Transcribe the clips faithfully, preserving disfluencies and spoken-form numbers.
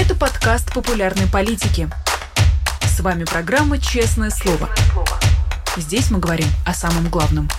Это подкаст популярной политики. С вами программа «Честное слово». Здесь мы говорим о самом главном.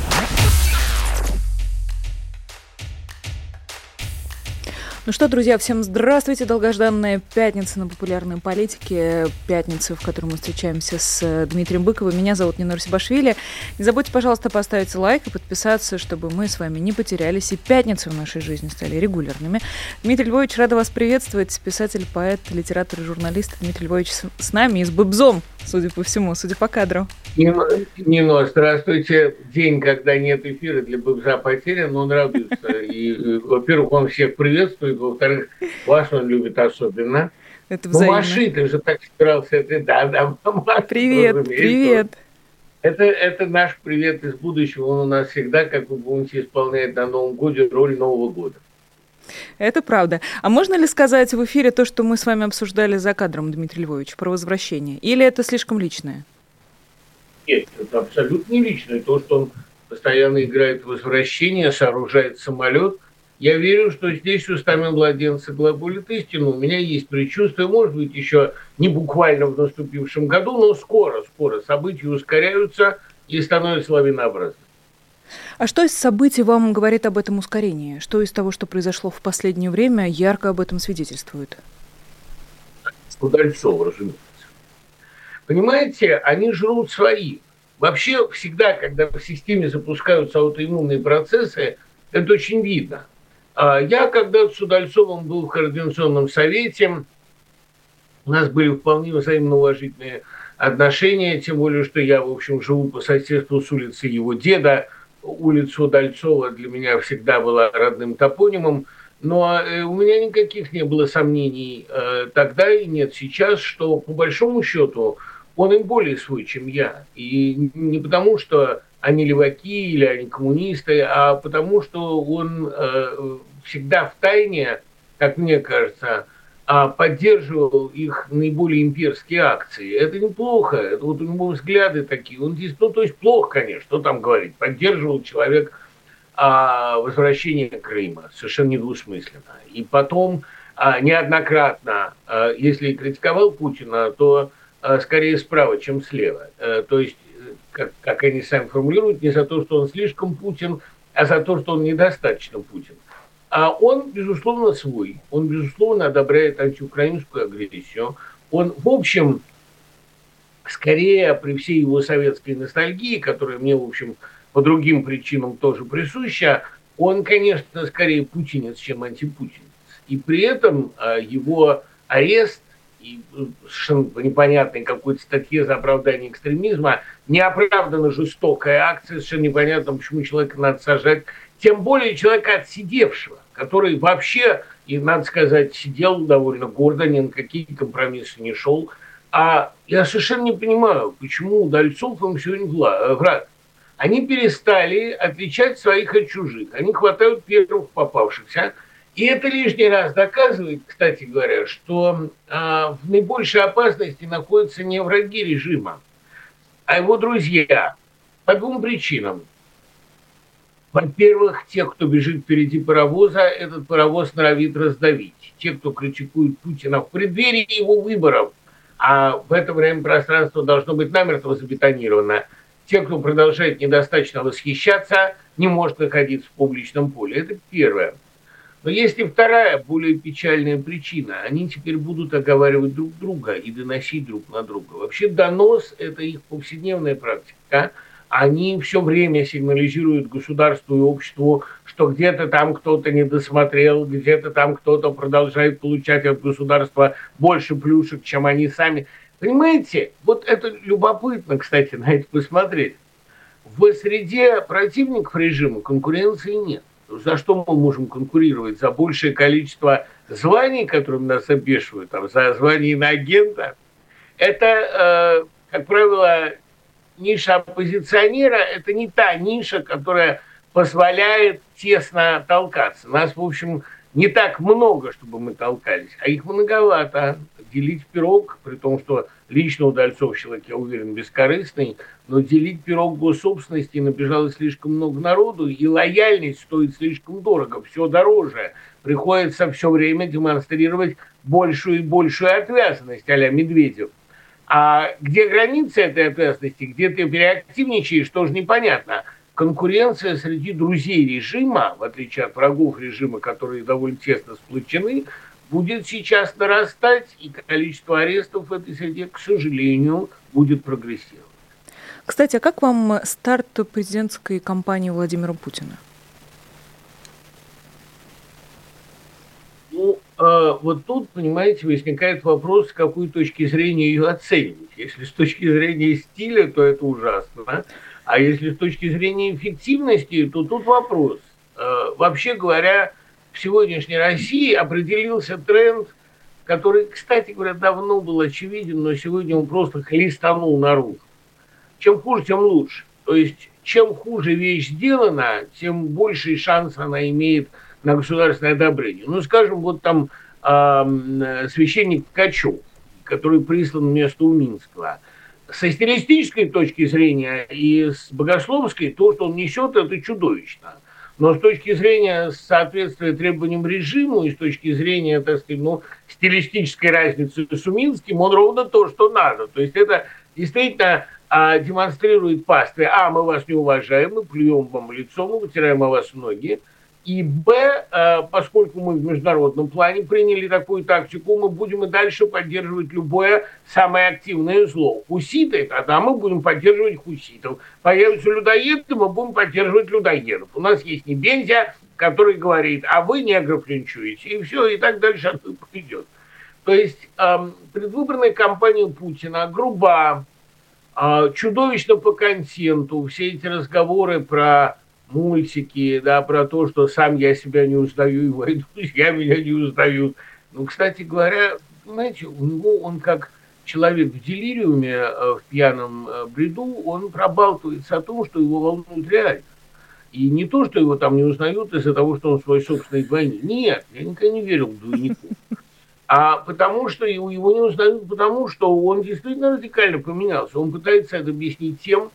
Ну что, друзья, всем здравствуйте. Долгожданная пятница на популярной политике. Пятница, в которой мы встречаемся с Дмитрием Быковым. Меня зовут Нинор Себашвили. Не забудьте, пожалуйста, поставить лайк и подписаться, чтобы мы с вами не потерялись и пятницы в нашей жизни стали регулярными. Дмитрий Львович, рада вас приветствовать. Писатель, поэт, литератор и журналист Дмитрий Львович с нами и с Быбзом, судя по всему, судя по кадру. Нино, здравствуйте. День, когда нет эфира, для Быбза потерян, но он радуется. И, во-первых, он всех приветствует, во-вторых, вас он любит особенно. Это взаимно. Ну, Маши, ты же так старался. Это, да, да, Маша, привет, привет. Это, это наш привет из будущего. Он у нас всегда, как вы помните, исполняет на Новом годе роль Нового года. Это правда. А можно ли сказать в эфире то, что мы с вами обсуждали за кадром, Дмитрий Львович, про возвращение? Или это слишком личное? Нет, это абсолютно не личное. То, что он постоянно играет в возвращение, сооружает самолет. Я верю, что здесь устами младенца глаголит истину. У меня есть предчувствие, может быть, еще не буквально в наступившем году, но скоро, скоро события ускоряются и становятся лавинообразными. А что из событий вам говорит об этом ускорении? Что из того, что произошло в последнее время, ярко об этом свидетельствует? Удальцова, разумеется. Понимаете, они жрут свои. Вообще всегда, когда в системе запускаются аутоиммунные процессы, это очень видно. Я когда с Удальцовым был в Координационном совете, у нас были вполне взаимно уважительные отношения, тем более, что я, в общем, живу по соседству с улицей его деда. Улица Удальцова для меня всегда была родным топонимом, но у меня никаких не было сомнений тогда и нет сейчас, что по большому счету он им более свой, чем я. И не потому, что они леваки или они коммунисты, а потому, что он всегда втайне, как мне кажется, поддерживал их наиболее имперские акции. Это неплохо, это вот у него взгляды такие. Он здесь, ну, то есть плохо, конечно, что там говорить. Поддерживал человек а, возвращение Крыма, совершенно недвусмысленно. И потом а, неоднократно, а, если и критиковал Путина, то а, скорее справа, чем слева. А, то есть, как, как они сами формулируют, не за то, что он слишком Путин, а за то, что он недостаточно Путин. А он, безусловно, свой. Он, безусловно, одобряет антиукраинскую агрессию. Он, в общем, скорее при всей его советской ностальгии, которая мне, в общем, по другим причинам тоже присуща, он, конечно, скорее путинец, чем антипутинец. И при этом его арест и совершенно по непонятной какой-то статье за оправдание экстремизма, неоправданно жестокая акция, совершенно непонятно, почему человека надо сажать. Тем более человека отсидевшего, который вообще, и надо сказать, сидел довольно гордо, ни на какие компромиссы не шел. А я совершенно не понимаю, почему Удальцов им сегодня враг. Они перестали отличать своих от чужих. Они хватают первых попавшихся. И это лишний раз доказывает, кстати говоря, что а, в наибольшей опасности находятся не враги режима, а его друзья. По двум причинам. Во-первых, те, кто бежит впереди паровоза, этот паровоз норовит раздавить. Те, кто критикует Путина в преддверии его выборов, а в это время пространство должно быть намертво забетонировано, те, кто продолжает недостаточно восхищаться, не может находиться в публичном поле. Это первое. Но есть и вторая, более печальная причина. Они теперь будут оговаривать друг друга и доносить друг на друга. Вообще донос – это их повседневная практика. Они все время сигнализируют государству и обществу, что где-то там кто-то не досмотрел, где-то там кто-то продолжает получать от государства больше плюшек, чем они сами. Понимаете, вот это любопытно, кстати, на это посмотреть. В среде противников режима конкуренции нет. За что мы можем конкурировать? За большее количество званий, которыми нас обвешивают, там, за звание иноагента. Это, э, как правило, ниша оппозиционера – это не та ниша, которая позволяет тесно толкаться. Нас, в общем, не так много, чтобы мы толкались, а их многовато. делить пирог, при том, что лично Удальцов человек, я уверен, бескорыстный, но делить пирог госсобственности набежало слишком много народу, и лояльность стоит слишком дорого, все дороже. Приходится все время демонстрировать большую и большую отвязанность а-ля Медведев. А где границы этой ответственности, где ты переактивничаешь, тоже непонятно. Конкуренция среди друзей режима, в отличие от врагов режима, которые довольно тесно сплочены, будет сейчас нарастать, и количество арестов в этой среде, к сожалению, будет прогрессировать. Кстати, а как вам старт президентской кампании Владимира Путина? Ну, э, вот тут, понимаете, возникает вопрос, с какой точки зрения ее оценивать. Если с точки зрения стиля, то это ужасно. А если с точки зрения эффективности, то тут вопрос. Э, вообще говоря, в сегодняшней России определился тренд, который, кстати говоря, давно был очевиден, но сегодня он просто хлестанул наружу. Чем хуже, тем лучше. То есть, чем хуже вещь сделана, тем больший шанс она имеет на государственное одобрение. Ну, скажем, вот там э, священник Ткачев, который прислан вместо Уминского. Со стилистической точки зрения и с богословской, то, что он несет, это чудовищно. Но с точки зрения соответствия требованиям режиму и с точки зрения, так сказать, ну, стилистической разницы с Уминским, он ровно то, что надо. То есть это действительно а, демонстрирует пастве: а, мы вас не уважаем, мы плюем вам в лицо, мы вытираем о вас ноги. И б, поскольку мы в международном плане приняли такую тактику, мы будем и дальше поддерживать любое самое активное зло. Хуситы, тогда мы будем поддерживать хуситов. Появятся людоеды, мы будем поддерживать людоедов. У нас есть Небензя, который говорит: а вы негров линчуете. И все, и так дальше оно пойдет. То есть э, предвыборная кампания Путина груба, э, чудовищно по контенту. Все эти разговоры про мультики, да, про то, что сам я себя не узнаю, и мои друзья меня не узнают. Ну, кстати говоря, понимаете, у него он как человек в делириуме, в пьяном бреду, он пробалтывается о том, что его волнует реально. И не то, что его там не узнают из-за того, что он свой собственный двойник. Нет, я никогда не верил в двойников. А потому что его, его не узнают, потому что он действительно радикально поменялся. Он пытается это объяснить тем,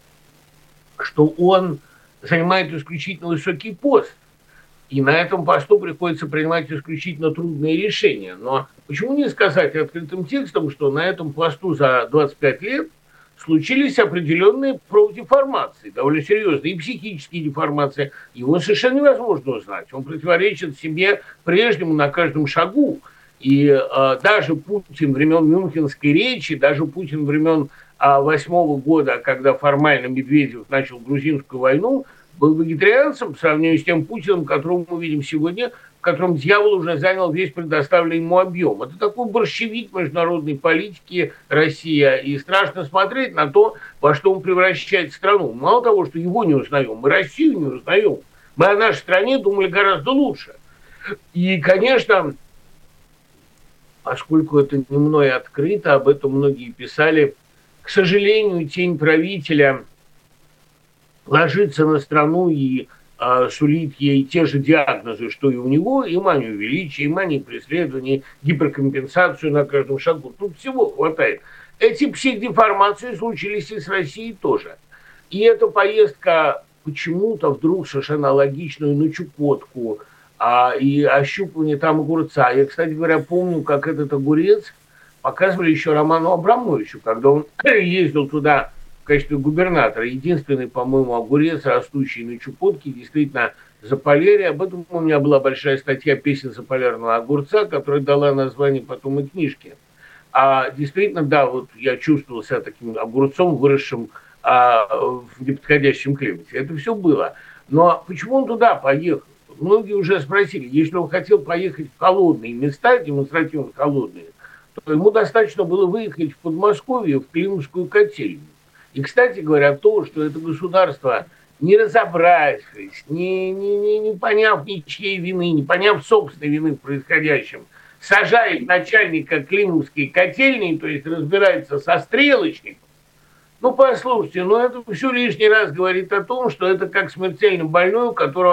что он занимает исключительно высокий пост. И на этом посту приходится принимать исключительно трудные решения. Но почему не сказать открытым текстом, что на этом посту за двадцать пять лет случились определенные профдеформации, довольно серьезные, и психические деформации. Его совершенно невозможно узнать. Он противоречит себе прежнему на каждом шагу. И э, даже Путин времен Мюнхенской речи, даже Путин времен восьмого года, когда формально Медведев начал грузинскую войну, был вегетарианцем по сравнению с тем Путиным, которого мы видим сегодня, в котором дьявол уже занял весь предоставленный ему объем. Это такой борщевик международной политики Россия, и страшно смотреть на то, во что он превращает страну. Мало того, что его не узнаем, мы Россию не узнаем. Мы о нашей стране думали гораздо лучше. И, конечно, поскольку это не мной открыто, об этом многие писали, к сожалению, тень правителя ложится на страну и э, сулит ей те же диагнозы, что и у него: и манию величия, и манию преследования, гиперкомпенсацию на каждом шагу. Тут всего хватает. Эти психдеформации случились и с Россией тоже. И эта поездка почему-то вдруг совершенно логичную на Чукотку, а, и ощупывание там огурца. Я, кстати говоря, помню, как этот огурец показывали еще Роману Абрамовичу, когда он ездил туда в качестве губернатора. Единственный, по-моему, огурец, растущий на Чукотке, действительно Заполярье. Об этом у меня была большая статья «Песня заполярного огурца», которая дала название потом и книжке. А действительно, да, вот я чувствовал себя таким огурцом, выросшим а, в неподходящем климате. Это все было. Но почему он туда поехал? Многие уже спросили, если он хотел поехать в холодные места, демонстративно холодные, то ему достаточно было выехать в Подмосковье, в Климовскую котельную. И, кстати говоря, то, что это государство, не разобравшись, не, не, не, не поняв ничьей вины, не поняв собственной вины в происходящем, сажает начальника Климовской котельной, то есть разбирается со стрелочником. Ну, послушайте, ну это все лишний раз говорит о том, что это как смертельно больной, у которого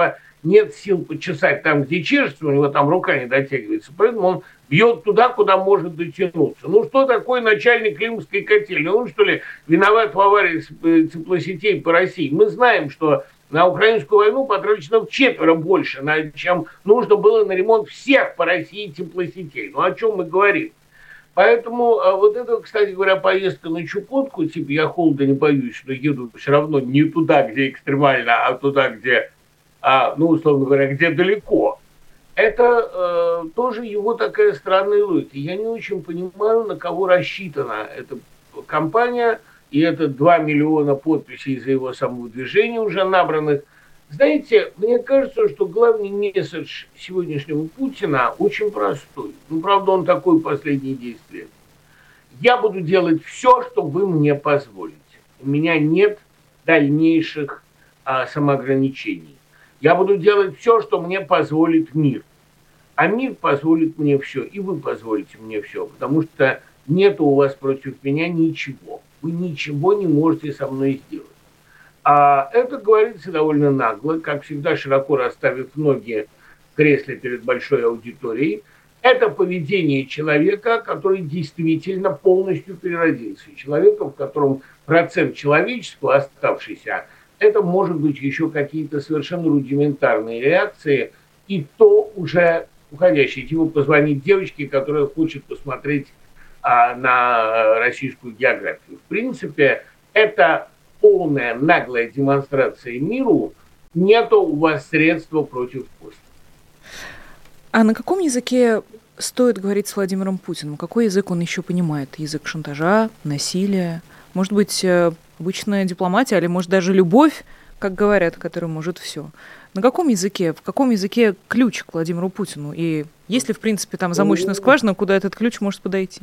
нет сил почесать там, где чешется, у него там рука не дотягивается, поэтому он бьет туда, куда может дотянуться. Ну, что такое начальник Крымской котельной? Он, что ли, виноват в аварии теплосетей по России? Мы знаем, что на украинскую войну потрачено вчетверо больше, чем нужно было на ремонт всех по России теплосетей. Ну, о чем мы говорим? Поэтому вот это, кстати говоря, поездка на Чукотку, типа я холода не боюсь, но еду все равно не туда, где экстремально, а туда, где, а, ну, условно говоря, где далеко. Это э, тоже его такая странная логика. Я не очень понимаю, на кого рассчитана эта кампания, и это два миллиона подписей за его самовыдвижение уже набранных. Знаете, мне кажется, что главный месседж сегодняшнего Путина очень простой. Ну, правда, он такой последние десять лет. Я буду делать все, что вы мне позволите. У меня нет дальнейших а, самоограничений. Я буду делать все, что мне позволит мир. А мир позволит мне все, и вы позволите мне все, потому что нет у вас против меня ничего. Вы ничего не можете со мной сделать. А это говорится довольно нагло, как всегда, широко расставив ноги в кресле перед большой аудиторией. Это поведение человека, который действительно полностью переродился. Человека, в котором процент человеческого оставшийся, это может быть еще какие-то совершенно рудиментарные реакции, и то уже уходящие. Типа позвонить девочке, которая хочет посмотреть а, на российскую географию. В принципе, это полная наглая демонстрация миру, нету у вас средства против Путина. А на каком языке стоит говорить с Владимиром Путиным? Какой язык он еще понимает? Язык шантажа, насилия? Может быть, обычная дипломатия, или может даже любовь, как говорят, которая может все. На каком языке? В каком языке ключ к Владимиру Путину? И есть ли, в принципе, там замочная скважина, куда этот ключ может подойти?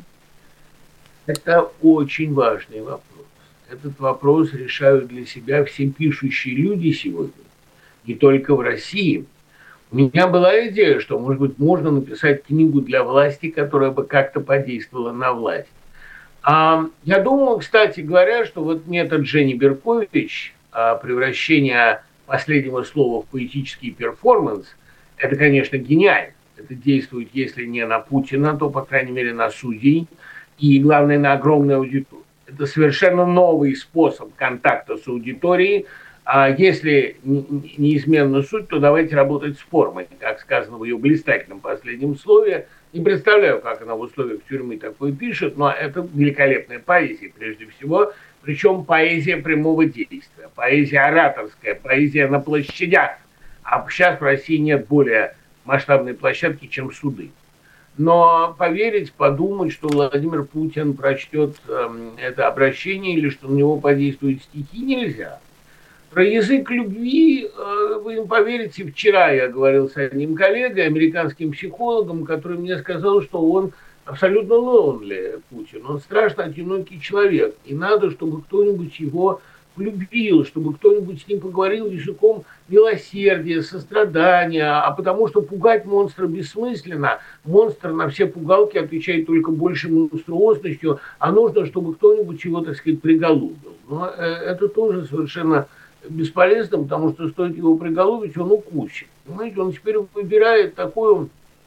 Это очень важный вопрос. Этот вопрос решают для себя все пишущие люди сегодня, не только в России. У меня была идея, что, может быть, можно написать книгу для власти, которая бы как-то подействовала на власть. А, я думаю, кстати говоря, что вот метод Жени Беркович, а, превращение последнего слова в поэтический перформанс, это, конечно, гениально. Это действует, если не на Путина, то, по крайней мере, на судей и, главное, на огромную аудиторию. Это совершенно новый способ контакта с аудиторией. А если неизменна суть, то давайте работать с формой, как сказано в ее блистательном последнем слове. Не представляю, как она в условиях тюрьмы такое пишет, но это великолепная поэзия, прежде всего. Причем поэзия прямого действия, поэзия ораторская, поэзия на площадях. А сейчас в России нет более масштабной площадки, чем суды. Но поверить, подумать, что Владимир Путин прочтет э, это обращение или что на него подействуют стихи, нельзя. Про язык любви э, вы им поверите. Вчера я говорил с одним коллегой, американским психологом, который мне сказал, что он абсолютно lonely, Путин. Он страшно одинокий человек. И надо, чтобы кто-нибудь его полюбил, чтобы кто-нибудь с ним поговорил языком милосердия, сострадания, а потому что пугать монстра бессмысленно. Монстр на все пугалки отвечает только большей монструозностью, а нужно, чтобы кто-нибудь его, так сказать, приголубил. Но это тоже совершенно бесполезно, потому что стоит его приголубить, он укусит. Понимаете, он теперь выбирает такую,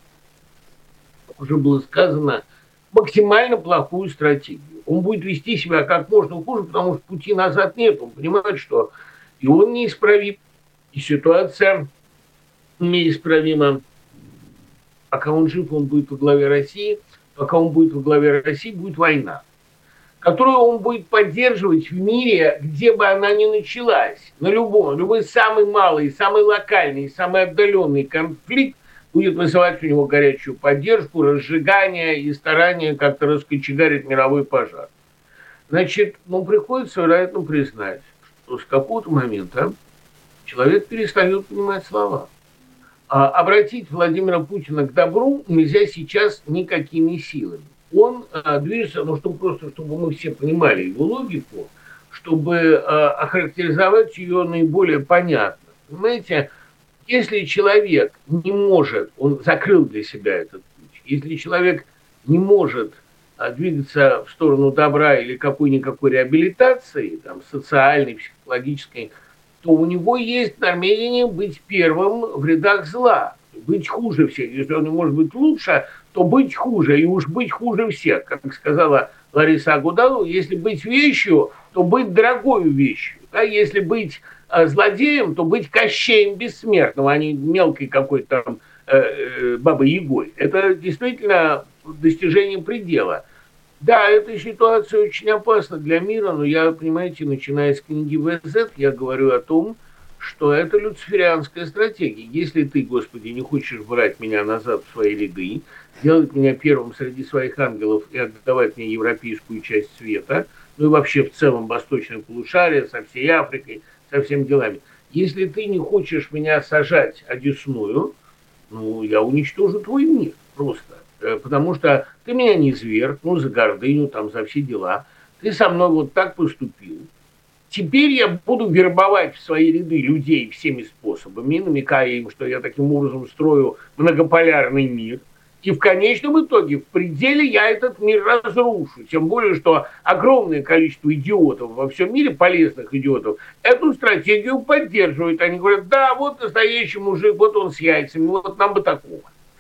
как уже было сказано, максимально плохую стратегию. Он будет вести себя как можно хуже, потому что пути назад нет. Он понимает, что и он неисправим, и ситуация неисправима. Пока он жив, он будет во главе России. Пока он будет во главе России, будет война, которую он будет поддерживать в мире, где бы она ни началась. На любом, любой самый малый, самый локальный, самый отдаленный конфликт будет вызывать у него горячую поддержку, разжигание и старание как-то раскочегарить мировой пожар. Значит, ну, приходится, вероятно, признать, что с какого-то момента человек перестает понимать слова. А обратить Владимира Путина к добру нельзя сейчас никакими силами. Он а, движется, ну, чтобы просто, чтобы мы все понимали его логику, чтобы а, охарактеризовать ее наиболее понятно. Понимаете, если человек не может, он закрыл для себя этот путь, если человек не может а, двигаться в сторону добра или какой-никакой реабилитации, там, социальной, психологической, то у него есть намерение быть первым в рядах зла, быть хуже всех. Если он не может быть лучше, то быть хуже, и уж быть хуже всех. Как сказала Лариса Агудалова, если быть вещью, то быть дорогой вещью. Да? Если быть э, злодеем, то быть Кощеем Бессмертным, а не мелкой какой-то там э, э, бабой-ягой. Это действительно достижение предела. Да, эта ситуация очень опасна для мира, но я, понимаете, начиная с книги вэ зет, я говорю о том, что это люциферианская стратегия. Если ты, Господи, не хочешь брать меня назад в свои ряды, делать меня первым среди своих ангелов и отдавать мне европейскую часть света, ну и вообще в целом восточное полушарие, со всей Африкой, со всеми делами. Если ты не хочешь меня сажать одесную, ну, я уничтожу твой мир просто. Потому что ты меня не зверг, ну, за гордыню, там, за все дела. Ты со мной вот так поступил. Теперь я буду вербовать в свои ряды людей всеми способами, намекая им, что я таким образом строю многополярный мир. И в конечном итоге, в пределе я этот мир разрушу. Тем более, что огромное количество идиотов во всем мире, полезных идиотов, эту стратегию поддерживают. Они говорят, да, вот настоящий мужик, вот он с яйцами, вот нам бы такого.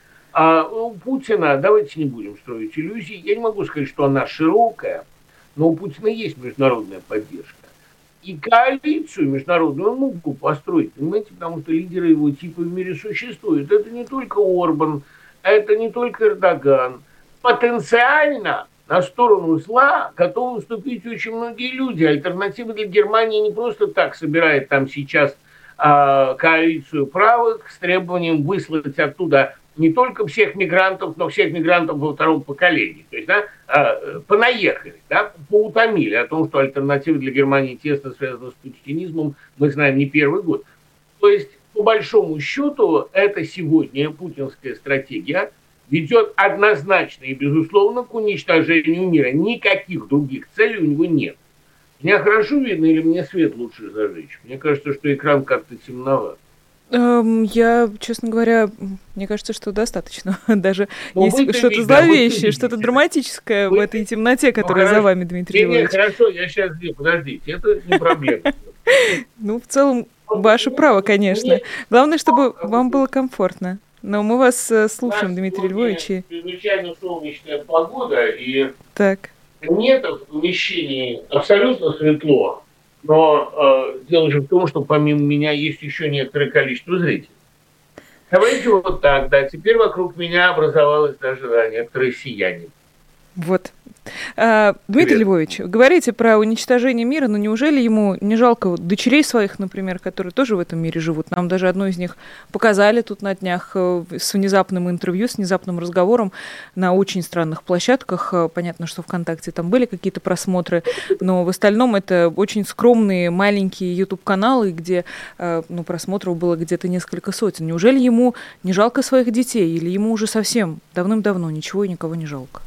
А у Путина, давайте не будем строить иллюзий, я не могу сказать, что она широкая, но у Путина есть международная поддержка. И коалицию международную он мог бы построить, понимаете, потому что лидеры его типа в мире существуют. Это не только Орбан, это не только Эрдоган. Потенциально на сторону зла готовы вступить очень многие люди. Альтернатива для Германии не просто так собирает там сейчас э, коалицию правых с требованием выслать оттуда не только всех мигрантов, но всех мигрантов во втором поколении. То есть, да, э, понаехали, да, поутомили о том, что альтернатива для Германии тесно связана с путинизмом, мы знаем не первый год. То есть, по большому счету, это сегодня путинская стратегия ведет однозначно и, безусловно, к уничтожению мира. Никаких других целей у него нет. Меня хорошо видно или мне свет лучше зажечь? Мне кажется, что экран как-то темноват. Я, честно говоря, мне кажется, что достаточно. Даже Но есть что-то зловещее, что-то драматическое вы... в этой темноте, которая ну, за вами, Дмитрий Львович. Нет, хорошо, я сейчас... Подождите, это не проблема. Ну, в целом, ваше право, конечно. Главное, чтобы вам было комфортно. Но мы вас слушаем, Дмитрий Львович. Чрезвычайно солнечная погода, и так. Нет в помещении абсолютно светло. Но э, дело же в том, что помимо меня есть еще некоторое количество зрителей. Давайте вот так, да. Теперь вокруг меня образовалось даже да, некоторое сияние. Вот. А, Дмитрий Привет. Львович, говорите про уничтожение мира, но неужели ему не жалко дочерей своих, например, которые тоже в этом мире живут? Нам даже одну из них показали тут на днях с внезапным интервью, с внезапным разговором на очень странных площадках. Понятно, что ВКонтакте там были какие-то просмотры, но в остальном это очень скромные маленькие YouTube-каналы, где ну, просмотров было где-то несколько сотен. Неужели ему не жалко своих детей или ему уже совсем давным-давно ничего и никого не жалко?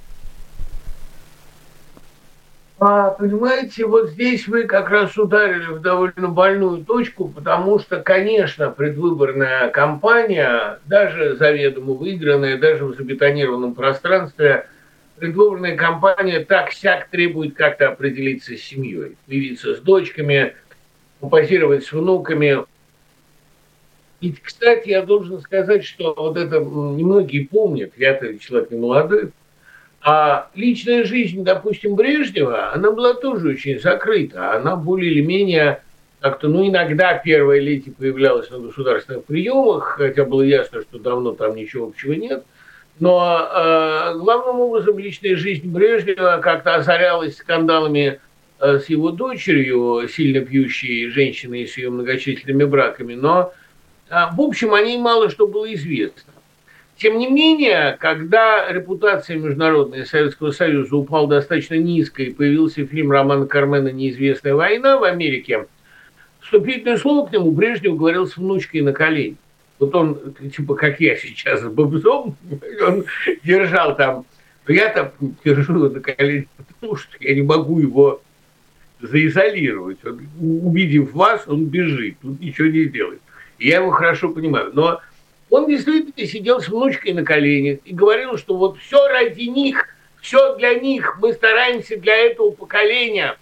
А, понимаете, вот здесь вы как раз ударили в довольно больную точку, потому что, конечно, предвыборная кампания, даже заведомо выигранная, даже в забетонированном пространстве, предвыборная кампания так-сяк требует как-то определиться с семьей, появиться с дочками, позировать с внуками. И, кстати, я должен сказать, что вот это немногие помнят, я-то человек не молодой, а личная жизнь, допустим, Брежнева, она была тоже очень закрыта. Она более или менее как-то, ну, иногда первая леди появлялась на государственных приемах, хотя было ясно, что давно там ничего общего нет. Но э, главным образом личная жизнь Брежнева как-то озарялась скандалами э, с его дочерью, сильно пьющей женщиной с ее многочисленными браками. Но, э, в общем, о ней мало что было известно. Тем не менее, когда репутация международная Советского Союза упала достаточно низко и появился фильм Романа Кармена «Неизвестная война» в Америке, вступительное слово к нему Брежнев говорил с внучкой на колени. Вот он, типа, как я сейчас, с бобзом, он держал там, я-то держу его на колени, потому что я не могу его заизолировать. Он, увидев вас, он бежит, тут ничего не делает. И я его хорошо понимаю, но... Он действительно сидел с внучкой на коленях и говорил, что вот все ради них, все для них, мы стараемся для этого поколения.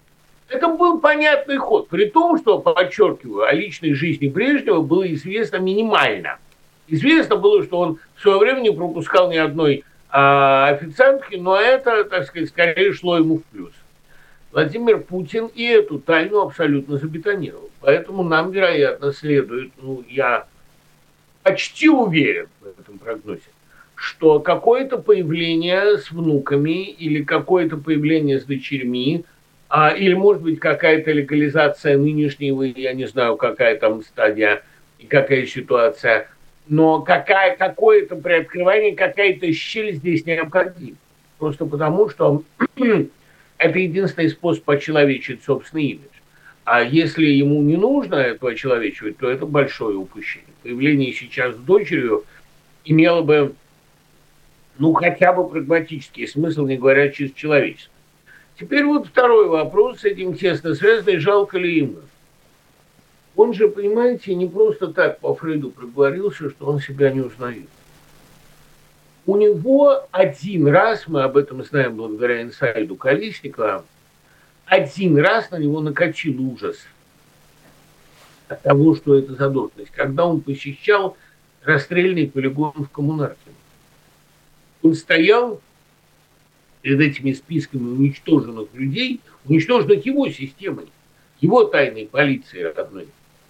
Это был понятный ход, при том, что, подчеркиваю, о личной жизни Брежнева было известно минимально. Известно было, что он в свое время не пропускал ни одной а, официантки, но это, так сказать, скорее шло ему в плюс. Владимир Путин и эту тайну абсолютно забетонировал. Поэтому нам, вероятно, следует, ну, я почти уверен в этом прогнозе, что какое-то появление с внуками или какое-то появление с дочерьми, а, или, может быть, какая-то легализация нынешнего, я не знаю, какая там стадия и какая ситуация, но какая, какое-то приоткрывание, какая-то щель здесь необходима. Просто потому, что это единственный способ очеловечить собственный имидж. А если ему не нужно этого очеловечивать, то это большое упущение. Появление сейчас с дочерью имело бы, ну, хотя бы прагматический смысл, не говоря чисто человеческий. Теперь вот второй вопрос, с этим тесно связанный, жалко ли ему. Он же, понимаете, не просто так по Фрейду проговорился, что он себя не узнает. У него один раз, мы об этом знаем благодаря инсайду Колесникова, один раз на него накатил ужас от того, что это за должность, когда он посещал расстрельный полигон в Коммунарке. Он стоял перед этими списками уничтоженных людей, уничтоженных его системой, его тайной полиции родной.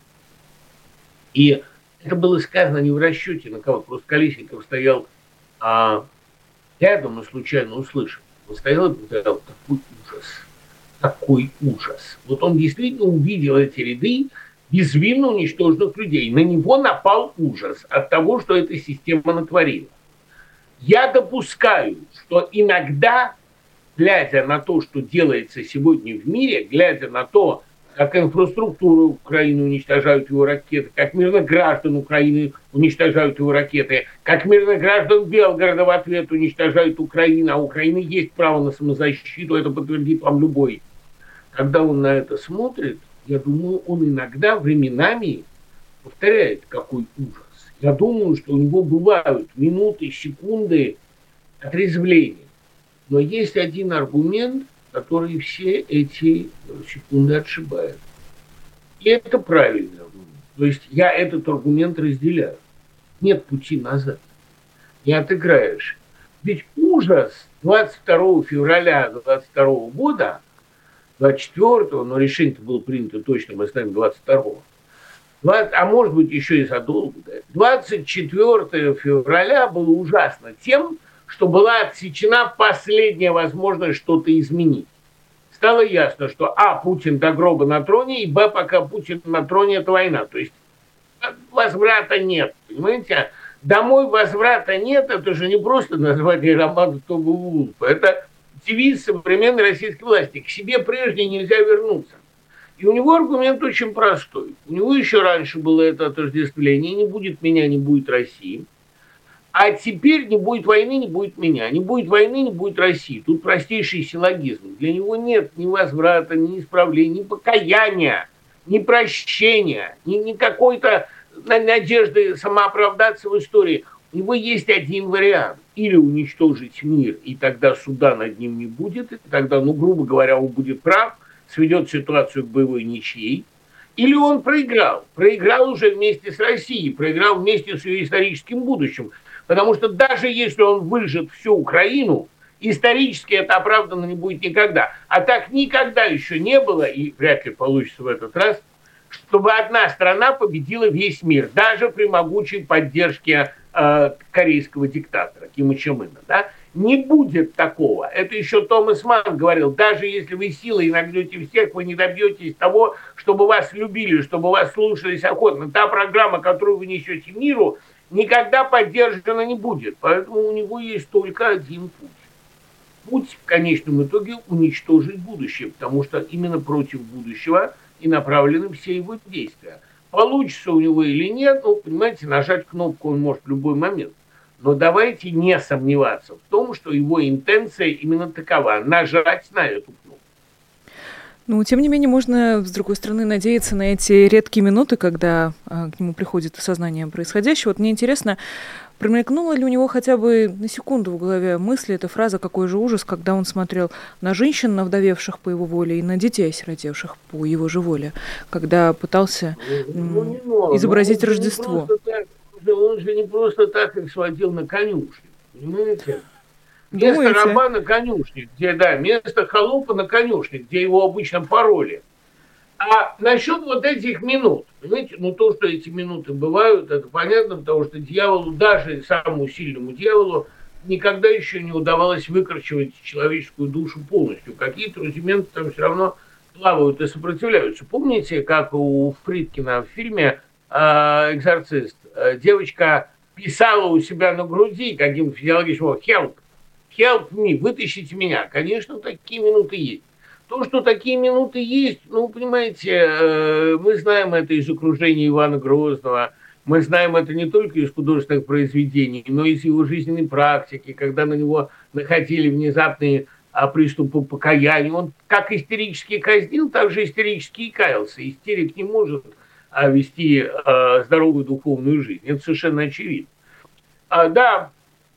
И это было сказано не в расчете на кого, просто Колесников стоял а, рядом и случайно услышал. Он стоял и сказал: такой ужас, такой ужас. Вот он действительно увидел эти ряды безвинно уничтоженных людей. На него напал ужас от того, что эта система натворила. Я допускаю, что иногда, глядя на то, что делается сегодня в мире, глядя на то, как инфраструктуру Украины уничтожают его ракеты, как мирных граждан Украины уничтожают его ракеты, как мирных граждан Белгорода в ответ уничтожают Украину, а у Украины есть право на самозащиту, это подтвердит вам любой. Когда он на это смотрит, я думаю, он иногда временами повторяет, какой ужас. Я думаю, что у него бывают минуты, секунды отрезвления. Но есть один аргумент, который все эти секунды отшибает. И это правильный аргумент. То есть я этот аргумент разделяю. Нет пути назад. Не отыграешь. Ведь ужас двадцать второго февраля двадцать второго года, двадцать четвёртого, но решение-то было принято точно, мы знаем, двадцать второго, а может быть еще и задолго. двадцать четвёртого февраля было ужасно тем, что была отсечена последняя возможность что-то изменить. Стало ясно, что а, Путин до гроба на троне, и б, пока Путин на троне, это война. То есть возврата нет, понимаете? Домой возврата нет, это же не просто название романа Тома Вулфа, это девиз современной российской власти. К себе прежней нельзя вернуться. И у него аргумент очень простой. У него еще раньше было это отождествление: не будет меня, не будет России. А теперь не будет войны, не будет меня. Не будет войны, не будет России. Тут простейший силлогизм. Для него нет ни возврата, ни исправления, ни покаяния, ни прощения, ни, ни какой-то надежды самооправдаться в истории. У него есть один вариант. Или уничтожить мир, и тогда суда над ним не будет, и тогда, ну, грубо говоря, он будет прав, сведет ситуацию к боевой ничьей. Или он проиграл. Проиграл уже вместе с Россией, проиграл вместе с ее историческим будущим. Потому что даже если он выжжет всю Украину, исторически это оправдано не будет никогда. А так никогда еще не было, и вряд ли получится в этот раз, чтобы одна страна победила весь мир, даже при могучей поддержке э, корейского диктатора Кима Чен Ына. Да? Не будет такого. Это еще Томас Манн говорил: даже если вы силой нагнете всех, вы не добьетесь того, чтобы вас любили, чтобы вас слушались охотно. Та программа, которую вы несете миру, никогда поддержана не будет. Поэтому у него есть только один путь. Путь в конечном итоге уничтожить будущее, потому что именно против будущего и направлены все его действия. Получится у него или нет, ну, понимаете, нажать кнопку он может в любой момент. Но давайте не сомневаться в том, что его интенция именно такова – нажать на эту кнопку. Ну, тем не менее, можно, с другой стороны, надеяться на эти редкие минуты, когда а, к нему приходит осознание происходящего. Вот мне интересно, Промелькнула ли у него хотя бы на секунду в голове мысль, эта фраза «какой же ужас», когда он смотрел на женщин, овдовевших по его воле, и на детей, осиротевших по его же воле, когда пытался ну, не но, изобразить он Рождество? Так, он же не просто так их сводил на конюшню, понимаете? Место Думаете? раба на конюшне, где, да, место холопа на конюшне, где его обычно пароли. А насчет вот этих минут, понимаете, ну то, что эти минуты бывают, это понятно, потому что дьяволу, даже самому сильному дьяволу, никогда еще не удавалось выкорчевать человеческую душу полностью. Какие-то рудименты там все равно плавают и сопротивляются. Помните, как у Фридкина в фильме «Экзорцист» девочка писала у себя на груди каким-то физиологическим «help», «help me», «вытащите меня». Конечно, такие минуты есть. То, что такие минуты есть, ну, понимаете, мы знаем это из окружения Ивана Грозного, мы знаем это не только из художественных произведений, но и из его жизненной практики, когда на него находили внезапные приступы покаяния. Он как истерически казнил, так же истерически и каялся. Истерик не может вести здоровую духовную жизнь. Это совершенно очевидно. А, да,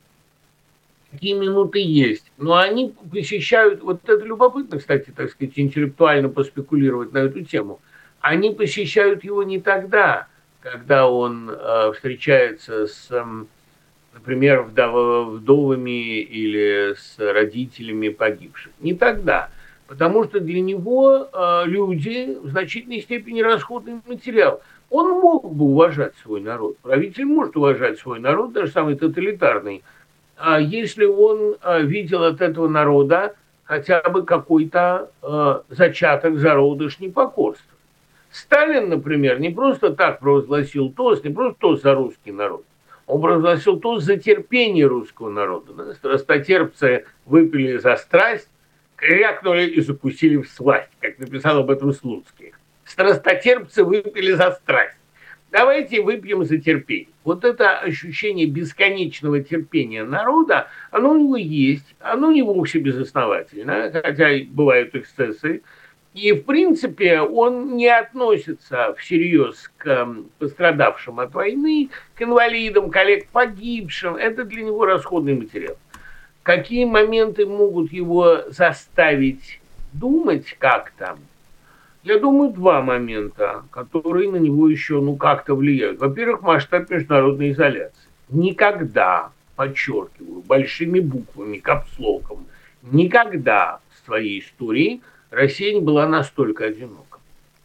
такие минуты есть, но они посещают, вот это любопытно, кстати, так сказать, интеллектуально поспекулировать на эту тему, они посещают его не тогда, когда он э, встречается с, э, например, вдов, вдовами или с родителями погибших. Не тогда, потому что для него э, люди в значительной степени расходный материал. Он мог бы уважать свой народ, правитель может уважать свой народ, даже самый тоталитарный, если он видел от этого народа хотя бы какой-то э, зачаток, зародыш непокорства. Сталин, например, не просто так провозгласил тост, не просто тост за русский народ, он провозгласил тост за терпение русского народа. Да? Страстотерпцы выпили за страсть, крякнули и закусили в сласть, как написал об этом Слуцкий. Страстотерпцы выпили за страсть. Давайте выпьем за терпение. Вот это ощущение бесконечного терпения народа, оно у него есть, оно не вовсе безосновательно, хотя и бывают эксцессы. И, в принципе, он не относится всерьез к пострадавшим от войны, к инвалидам, коллег погибшим. Это для него расходный материал. Какие моменты могут его заставить думать как-то? Я думаю, два момента, которые на него еще ну, как-то влияют. Во-первых, масштаб международной изоляции. Никогда, подчеркиваю, большими буквами, капслоком, никогда в своей истории Россия не была настолько одинока.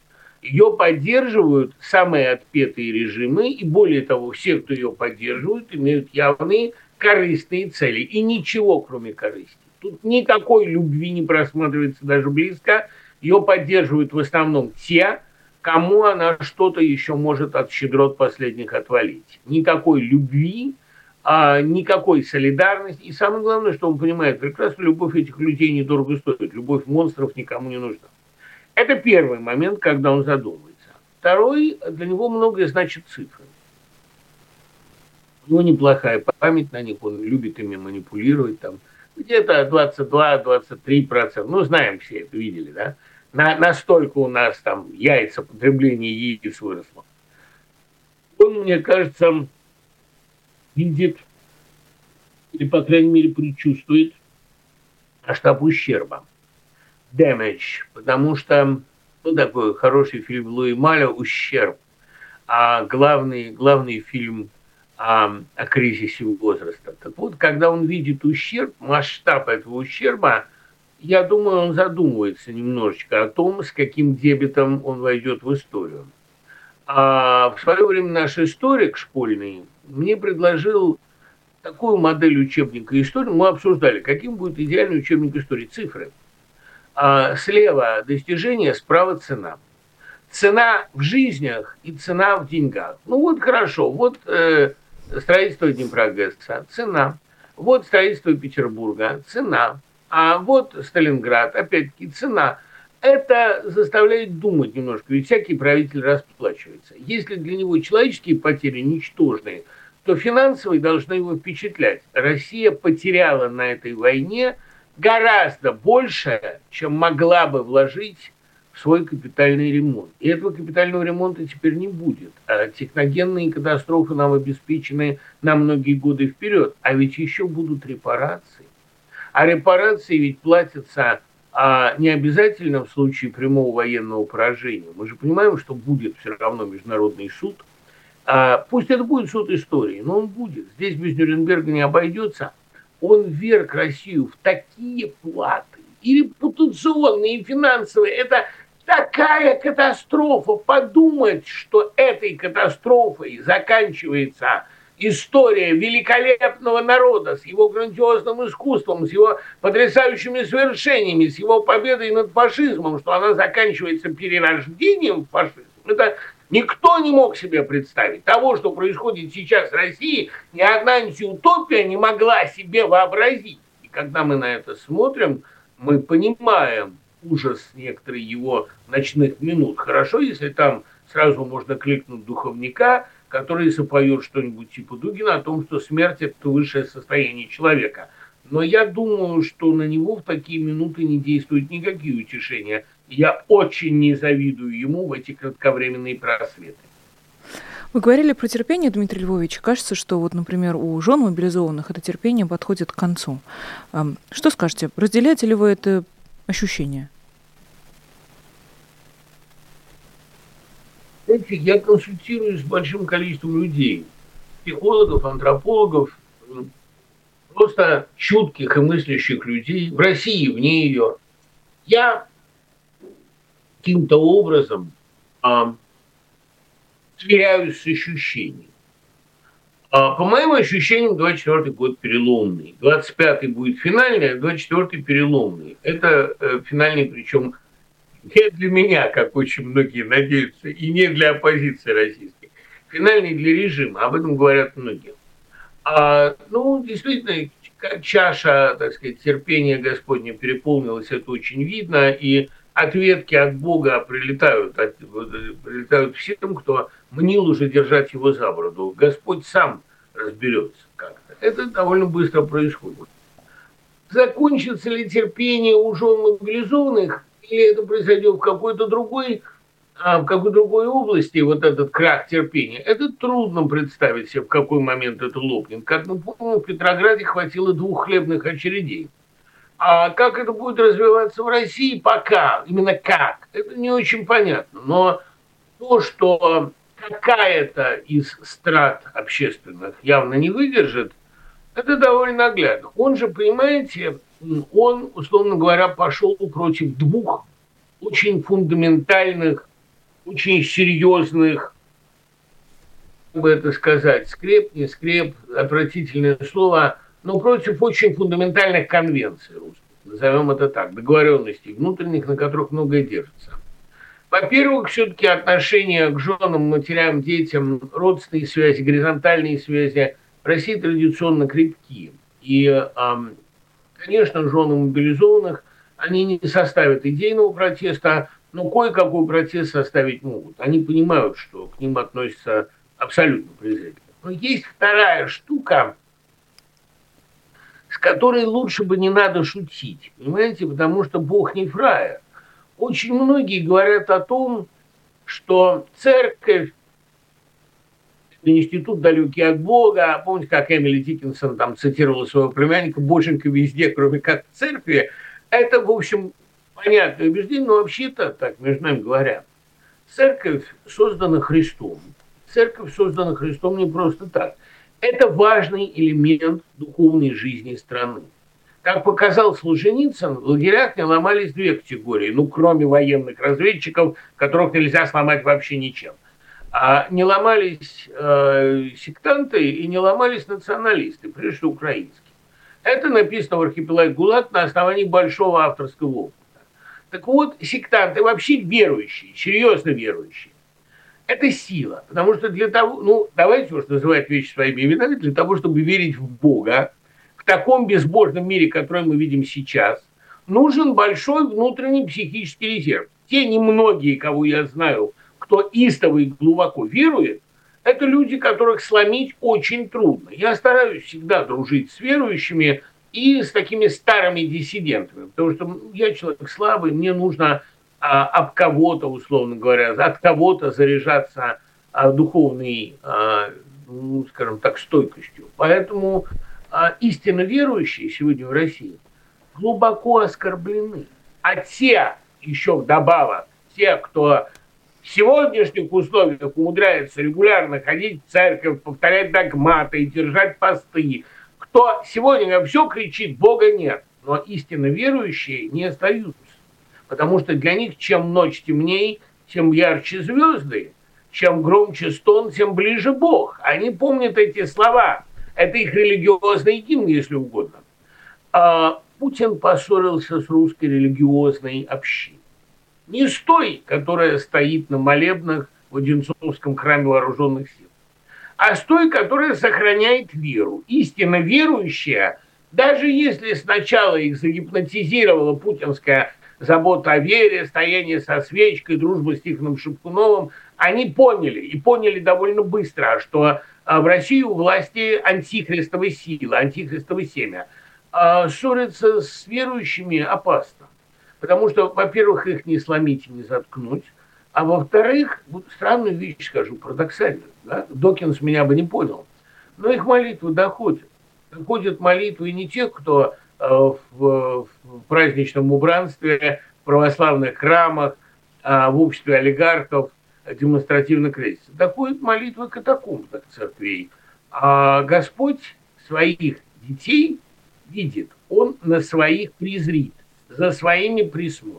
Ее поддерживают самые отпетые режимы, и более того, все, кто ее поддерживают, имеют явные корыстные цели. И ничего, кроме корысти. Тут никакой любви не просматривается даже близко. Ее поддерживают в основном те, кому она что-то еще может от щедрот последних отвалить. Никакой любви, а, никакой солидарности. И самое главное, что он понимает прекрасно, любовь этих людей недорого стоит. Любовь монстров никому не нужна. Это первый момент, когда он задумывается. Второй, для него многое значит цифры. У него неплохая память на них, он любит ими манипулировать. Там, где-то двадцать два - двадцать три процента. Ну, знаем все это, видели, да? На, настолько у нас там яйца, потребление яиц выросло. Он, мне кажется, видит, или, по крайней мере, предчувствует масштаб ущерба. Damage. Потому что, ну, такой хороший фильм Луи Маля «Ущерб». А главный, главный фильм о, о кризисе возраста. Так вот, когда он видит ущерб, масштаб этого ущерба, я думаю, он задумывается немножечко о том, с каким дебетом он войдет в историю. А в свое время наш историк школьный мне предложил такую модель учебника истории. Мы обсуждали, каким будет идеальный учебник истории. Цифры. А слева достижения, справа цена. Цена в жизнях и цена в деньгах. Ну вот хорошо, вот э, строительство Днепрогэса, цена. Вот строительство Петербурга, цена. А вот Сталинград, опять-таки, цена. Это заставляет думать немножко, ведь всякий правитель расплачивается. Если для него человеческие потери ничтожные, то финансовые должны его впечатлять. Россия потеряла на этой войне гораздо больше, чем могла бы вложить в свой капитальный ремонт. И этого капитального ремонта теперь не будет. А техногенные катастрофы нам обеспечены на многие годы вперед. А ведь еще будут репарации. А репарации ведь платятся а, не обязательно в случае прямого военного поражения. Мы же понимаем, что будет все равно международный суд. А, пусть это будет суд истории, но он будет. Здесь без Нюрнберга не обойдется. Он вверг Россию в такие платы, и репутационные, и финансовые. Это такая катастрофа. Подумать, что этой катастрофой заканчивается история великолепного народа с его грандиозным искусством, с его потрясающими свершениями, с его победой над фашизмом, что она заканчивается перерождением фашизма. Это никто не мог себе представить. Того, что происходит сейчас в России, ни одна антиутопия не могла себе вообразить. И когда мы на это смотрим, мы понимаем ужас некоторых его ночных минут. Хорошо, если там сразу можно кликнуть духовника, который сопоет что-нибудь типа Дугина о том, что смерть – это высшее состояние человека. Но я думаю, что на него в такие минуты не действуют никакие утешения. Я очень не завидую ему в эти кратковременные просветы. Вы говорили про терпение, Дмитрий Львович. Кажется, что вот, например, у жен мобилизованных это терпение подходит к концу. Что скажете? Разделяете ли вы это ощущение? Знаете, я консультируюсь с большим количеством людей, психологов, антропологов, просто чутких и мыслящих людей в России, вне ее. Я каким-то образом а, сверяюсь с ощущением. А, по моим ощущениям, двадцать четвёртый год переломный. двадцать пятый будет финальный, а двадцать четвёртый переломный. Это э, финальный, причем не для меня, как очень многие надеются, и не для оппозиции российской. Финальный для режима, об этом говорят многие. А, ну, действительно, чаша, так сказать, терпения Господня переполнилась, это очень видно, и ответки от Бога прилетают, от, прилетают всем, кто мнил уже держать его за бороду. Господь сам разберется как-то. Это довольно быстро происходит. Закончится ли терпение у жен мобилизованных, или это произойдет в какой-то другой, в какой другой области, вот этот крах терпения, это трудно представить себе, в какой момент это лопнет. Как мы помним, в Петрограде хватило двух хлебных очередей. А как это будет развиваться в России, пока, именно как, это не очень понятно. Но то, что какая-то из страт общественных явно не выдержит, это довольно наглядно. Он же, понимаете, он, условно говоря, пошел против двух очень фундаментальных, очень серьезных, как бы это сказать, скреп, не скреп, отвратительное слово, но против очень фундаментальных конвенций русских, назовем это так, договоренностей внутренних, на которых многое держится. Во-первых, все-таки отношения к женам, матерям, детям, родственные связи, горизонтальные связи в России традиционно крепкие. И, конечно, жены мобилизованных, они не составят идейного протеста, но кое-какой протест составить могут. Они понимают, что к ним относятся абсолютно презрительно. Но есть вторая штука, с которой лучше бы не надо шутить, понимаете, потому что Бог не фраер. Очень многие говорят о том, что церковь – это институт далекий от Бога. Помните, как Эмили Диккенсон там цитировала своего племянника «Боженька везде, кроме как в церкви». Это, в общем, понятное убеждение, но вообще-то, так между нами говоря, церковь создана Христом. Церковь создана Христом не просто так. Это важный элемент духовной жизни страны. Как показал Солженицын, в лагерях не ломались две категории, ну, кроме военных разведчиков, которых нельзя сломать вообще ничем. А не ломались э, сектанты и не ломались националисты, прежде всего украинские. Это написано в архипелаге ГУЛАГ на основании большого авторского опыта. Так вот, сектанты, вообще верующие, серьезно верующие, это сила. Потому что для того, ну, давайте уж называть вещи своими именами, для того, чтобы верить в Бога, в таком безбожном мире, который мы видим сейчас, нужен большой внутренний психический резерв. Те немногие, кого я знаю, кто истово и глубоко верует, это люди, которых сломить очень трудно. Я стараюсь всегда дружить с верующими и с такими старыми диссидентами, потому что я человек слабый, мне нужно а, об кого-то, условно говоря, от кого-то заряжаться а, духовной, а, ну, скажем так, стойкостью. Поэтому а, истинно верующие сегодня в России глубоко оскорблены. А те, еще вдобавок, те, кто в сегодняшних условиях умудряется регулярно ходить в церковь, повторять догматы и держать посты, кто сегодня все кричит, Бога нет, но истинно верующие не остаются. Потому что для них чем ночь темней, тем ярче звезды, чем громче стон, тем ближе Бог. Они помнят эти слова. Это их религиозный гимн, если угодно. А Путин поссорился с русской религиозной общиной. Не с той, которая стоит на молебнах в Одинцовском храме вооруженных сил, а с той, которая сохраняет веру. Истинно верующая, даже если сначала их загипнотизировала путинская забота о вере, стояние со свечкой, дружба с Тихоном Шевкуновым, они поняли, и поняли довольно быстро, что в России у власти антихристовые силы, антихристовое семя. Ссориться с верующими опасно. Потому что, во-первых, их не сломить и не заткнуть, а во-вторых, вот странную вещь скажу, парадоксальную. Да? Докинс меня бы не понял, но их молитвы доходят. Доходят молитвы не тех, кто э, в, в праздничном убранстве, в православных храмах, э, в обществе олигархов демонстративно крестится. Доходят молитвы катакомбных церквей. А Господь своих детей видит, Он на своих презрит, за своими присмотрит.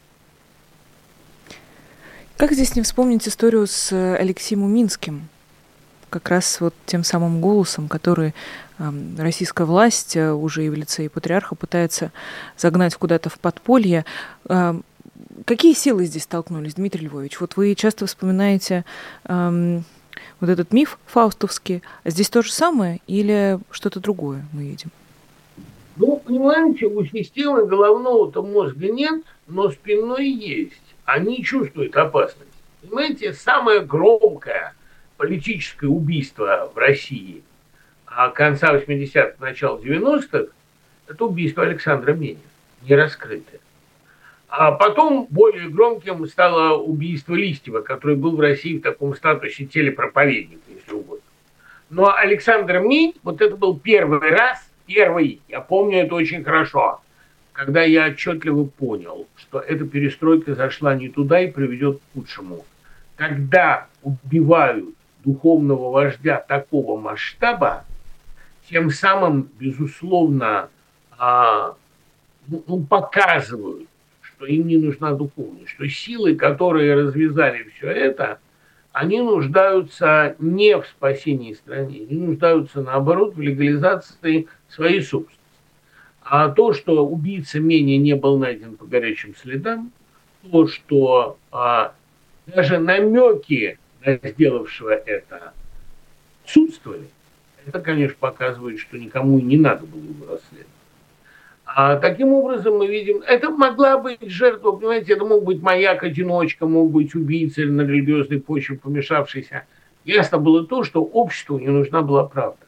Как здесь не вспомнить историю с Алексеем Уминским? Как раз вот тем самым голосом, который э, российская власть э, уже и в лице и патриарха пытается загнать куда-то в подполье. Э, какие силы здесь столкнулись, Дмитрий Львович? Вот вы часто вспоминаете э, вот этот миф фаустовский. А здесь то же самое или что-то другое мы видим? Ну, понимаете, у системы головного-то мозга нет, но спинной есть. Они чувствуют опасность. Понимаете, самое громкое политическое убийство в России конца восьмидесятых, начала девяностых – это убийство Александра Менина, не раскрытое. А потом более громким стало убийство Листьева, который был в России в таком статусе телепроповедника, если угодно. Но Александр Мень, вот это был первый раз, первый, я помню это очень хорошо, когда я отчетливо понял, что эта перестройка зашла не туда и приведет к худшему. Когда убивают духовного вождя такого масштаба, тем самым, безусловно, а, ну, показывают, что им не нужна духовность, что силы, которые развязали все это, они нуждаются не в спасении страны, они нуждаются, наоборот, в легализации своей собственности. А то, что убийца Мени не был найден по горячим следам, то, что а, даже намеки на сделавшего это отсутствовали, это, конечно, показывает, что никому и не надо было его расследовать. А таким образом мы видим, это могла быть жертва, понимаете, это мог быть маяк-одиночка, мог быть убийца на религиозной почве помешавшийся. Ясно было то, что обществу не нужна была правда.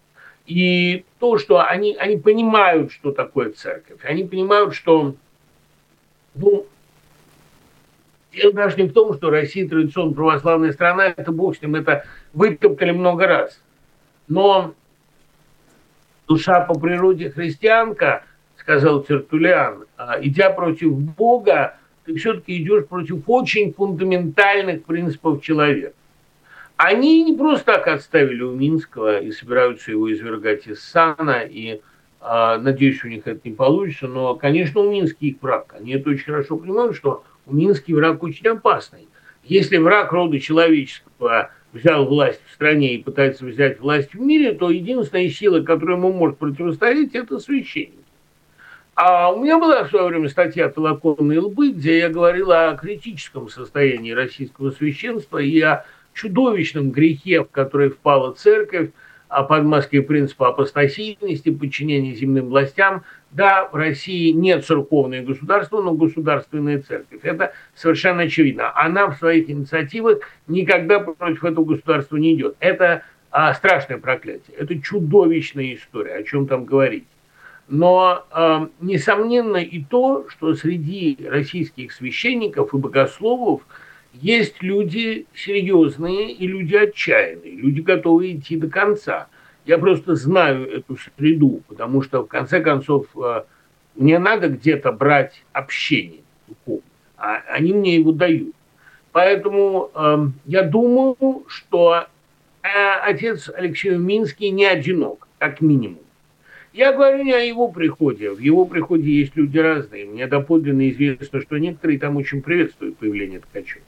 И то, что они, они понимают, что такое церковь, они понимают, что, ну, дело даже не в том, что Россия традиционно православная страна, это бог с ним, это вытоптали много раз. Но душа по природе христианка, сказал Тертуллиан, идя против Бога, ты все-таки идешь против очень фундаментальных принципов человека. Они не просто так отставили Уминского и собираются его извергать из сана, и, э, надеюсь, у них это не получится, но, конечно, Уминский их враг. Они это очень хорошо понимают, что Уминский враг очень опасный. Если враг рода человеческого взял власть в стране и пытается взять власть в мире, то единственная сила, которая ему может противостоять, это священники. А у меня была в свое время статья «Толоконные лбы», где я говорил о критическом состоянии российского священства и о чудовищном грехе, в который впала церковь, о подмазке принципа апостасийности, подчинения земным властям. Да, в России нет церковное государство, но государственная церковь. Это совершенно очевидно. Она в своих инициативах никогда против этого государства не идет. Это а, страшное проклятие. Это чудовищная история, о чем там говорить. Но, э, несомненно, и то, что среди российских священников и богословов есть люди серьезные и люди отчаянные, люди, готовые идти до конца. Я просто знаю эту среду, потому что, в конце концов, э, мне надо где-то брать общение духовное, а они мне его дают. Поэтому э, я думаю, что э, отец Алексей Уминский не одинок, как минимум. Я говорю не о его приходе. В его приходе есть люди разные. Мне доподлинно известно, что некоторые там очень приветствуют появление Ткачева.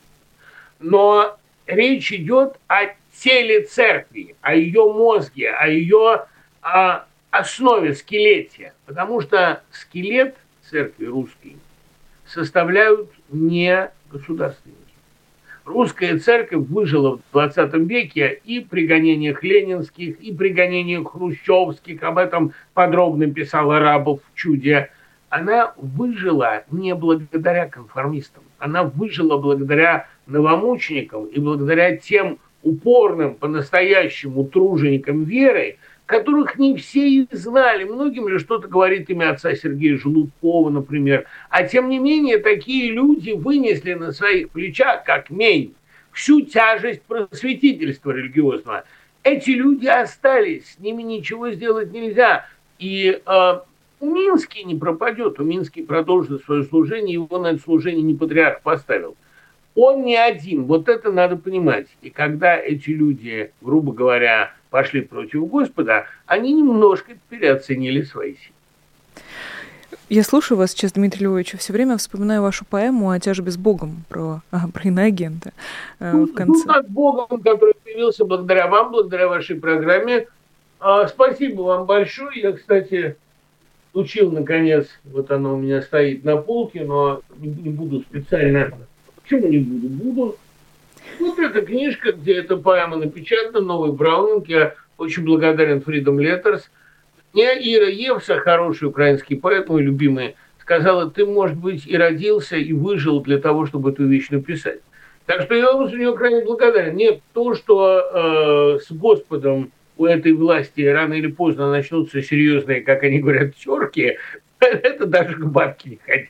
Но речь идет о теле церкви, о ее мозге, о ее о основе, скелете. Потому что скелет церкви русской составляют не государственники. Русская церковь выжила в двадцатом веке и при гонениях ленинских, и при гонениях хрущевских. Об этом подробно писал Арабов в «Чуде». Она выжила не благодаря конформистам. Она выжила благодаря новомученикам и благодаря тем упорным, по-настоящему труженикам веры, которых не все и знали. Многим ли что-то говорит имя отца Сергея Желудкова, например. А тем не менее, такие люди вынесли на своих плечах, как мень, всю тяжесть просветительства религиозного. Эти люди остались, с ними ничего сделать нельзя. И э, Уминский не пропадет, Уминский продолжит свое служение, его на это служение не патриарх поставил. Он не один, вот это надо понимать. И когда эти люди, грубо говоря, пошли против Господа, они немножко переоценили свои силы. Я слушаю вас сейчас, Дмитрий Львович, все время вспоминаю вашу поэму о тяжбе с Богом, про, ага, про иноагента э, ну, в конце. Ну, над Богом, который появился благодаря вам, благодаря вашей программе. А, спасибо вам большое. Я, кстати, учил, наконец, вот оно у меня стоит на полке, но не, не буду специально... Почему не буду? Буду. Вот эта книжка, где эта поэма напечатана, новый Браунинг. Я очень благодарен Freedom Letters. Мне Ира Евса, хороший украинский поэт, мой любимый, сказала, ты, может быть, и родился, и выжил для того, чтобы эту вещь написать. Так что я вам за нее крайне благодарен. Нет, то, что э, с Господом у этой власти рано или поздно начнутся серьезные, как они говорят, терки, это даже к бабке не ходить.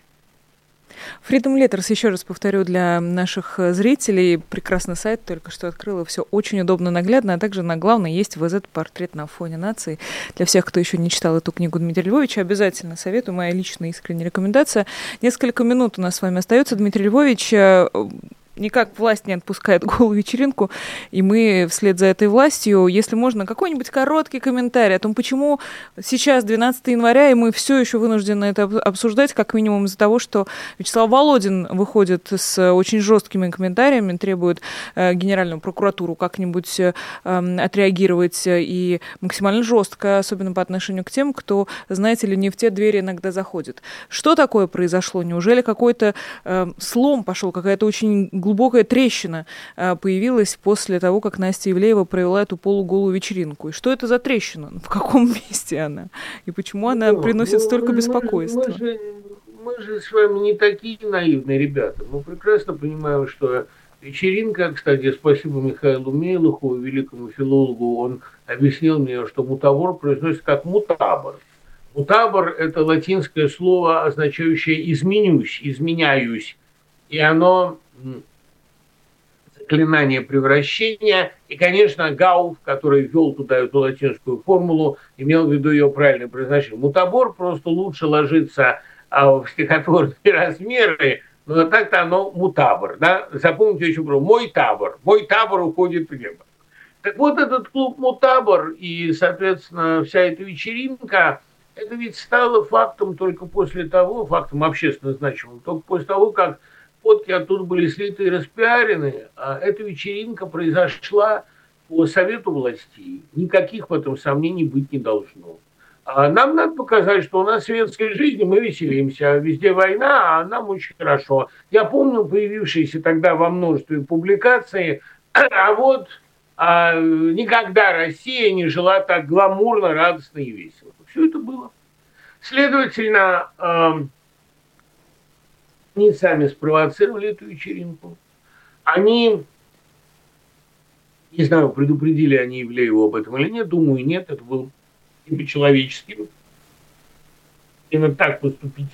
Freedom Letters, еще раз повторю, для наших зрителей. Прекрасный сайт, только что открыла. Все очень удобно, наглядно. А также на главной есть вэ зет-портрет на фоне нации. Для всех, кто еще не читал эту книгу Дмитрия Львовича, обязательно советую. Моя личная искренняя рекомендация. Несколько минут у нас с вами остается. Дмитрий Львович, никак власть не отпускает голую вечеринку, и мы вслед за этой властью, если можно, какой-нибудь короткий комментарий о том, почему сейчас двенадцатого января, и мы все еще вынуждены это обсуждать, как минимум из-за того, что Вячеслав Володин выходит с очень жесткими комментариями, требует э, Генеральную прокуратуру как-нибудь э, отреагировать и максимально жестко, особенно по отношению к тем, кто, знаете ли, не в те двери иногда заходит. Что такое произошло? Неужели какой-то э, слом пошел, какая-то очень глубокая трещина появилась после того, как Настя Ивлеева провела эту полуголую вечеринку. И что это за трещина? В каком месте она? И почему она ну, приносит ну, столько беспокойства? Мы же, мы же с вами не такие наивные ребята. Мы прекрасно понимаем, что вечеринка, кстати, спасибо Михаилу Мейлуху, великому филологу, он объяснил мне, что мутабор произносится как мутабор. Мутабор – это латинское слово, означающее «изменюсь», «изменяюсь». И оно... заклинание превращения. И, конечно, Гауф, который ввел туда эту латинскую формулу, имел в виду ее правильное произношение. Мутабор просто лучше ложится а, в стихотворные размеры, но так-то оно мутабор. Да? Запомните очень просто. Мой табор. Мой табор уходит в небо. Так вот, этот клуб мутабор и, соответственно, вся эта вечеринка, это ведь стало фактом только после того, фактом общественно значимым, только после того, как фотки оттуда были слиты и распиарены, а эта вечеринка произошла по совету властей. Никаких в этом сомнений быть не должно. А нам надо показать, что у нас в светской жизни мы веселимся, везде война, а нам очень хорошо. Я помню появившиеся тогда во множестве публикаций, а вот а, никогда Россия не жила так гламурно, радостно и весело. Все это было. Следовательно, они сами спровоцировали эту вечеринку. Они, не знаю, предупредили они Ивлееву об этом или нет, думаю, нет, это был по-человечески. именно так поступить.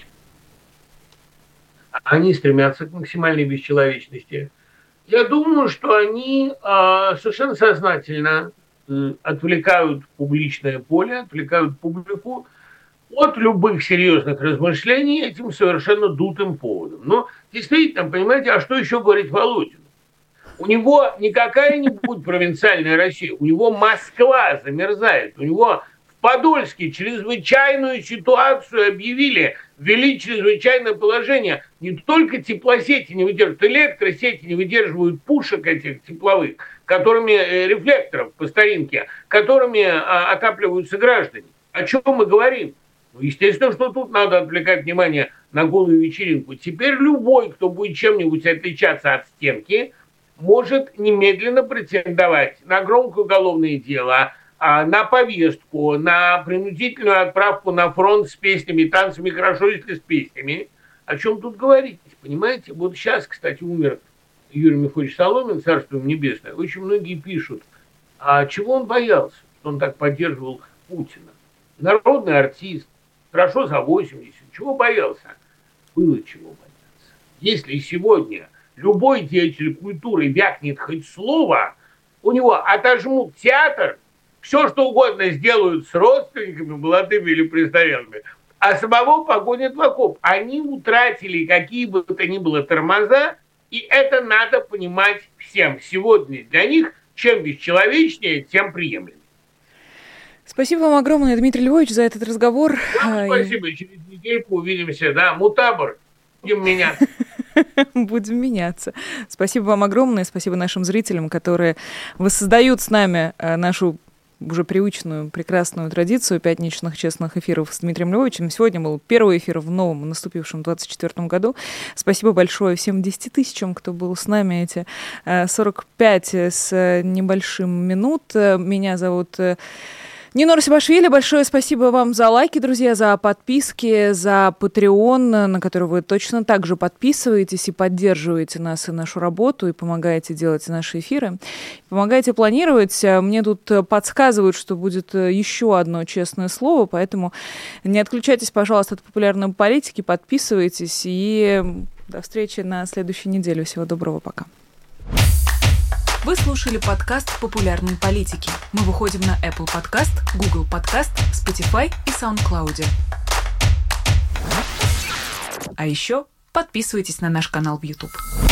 Они стремятся к максимальной бесчеловечности. Я думаю, что они э, совершенно сознательно э, отвлекают публичное поле, отвлекают публику от любых серьезных размышлений этим совершенно дутым поводом. Но действительно, понимаете, а что еще говорить Володину? У него не какая-нибудь провинциальная Россия, у него Москва замерзает, у него в Подольске чрезвычайную ситуацию объявили, ввели чрезвычайное положение. Не только теплосети не выдерживают, электросети не выдерживают пушек этих тепловых, которыми, э, рефлекторов по старинке, которыми э, отапливаются граждане. О чем мы говорим? Ну, естественно, что тут надо отвлекать внимание на голую вечеринку. Теперь любой, кто будет чем-нибудь отличаться от стенки, может немедленно претендовать на громкое уголовное дело, на повестку, на принудительную отправку на фронт с песнями, танцами, хорошо, если с песнями. О чем тут говорить, понимаете? Вот сейчас, кстати, умер Юрий Михайлович Соломин, царство ему небесное. Очень многие пишут, а чего он боялся, что он так поддерживал Путина? Народный артист, хорошо за восемьдесят, чего боялся? Было чего бояться. Если сегодня любой деятель культуры вякнет хоть слово, у него отожмут театр, все что угодно сделают с родственниками, молодыми или престарелыми, а самого погонят в окоп. Они утратили какие бы то ни было тормоза, и это надо понимать всем. Сегодня для них чем бесчеловечнее, тем приемлемее. Спасибо вам огромное, Дмитрий Львович, за этот разговор. Вам спасибо. Через недельку увидимся. Да, мутабор. Будем меняться. Будем меняться. Спасибо вам огромное. Спасибо нашим зрителям, которые воссоздают с нами нашу уже привычную, прекрасную традицию пятничных честных эфиров с Дмитрием Львовичем. Сегодня был первый эфир в новом, наступившем двадцать четвёртом году. Спасибо большое всем десяти тысячам, кто был с нами эти сорок пять с небольшим минут. Меня зовут Нина Нурсибашвили. Большое спасибо вам за лайки, друзья, за подписки, за Patreon, на который вы точно так же подписываетесь и поддерживаете нас и нашу работу, и помогаете делать наши эфиры. Помогаете планировать. Мне тут подсказывают, что будет еще одно честное слово, поэтому не отключайтесь, пожалуйста, от популярной политики, подписывайтесь, и до встречи на следующей неделе. Всего доброго, пока. Вы слушали подкаст «Популярные политики». Мы выходим на Apple Podcast, Google Podcast, Spotify и SoundCloud. А еще подписывайтесь на наш канал в YouTube.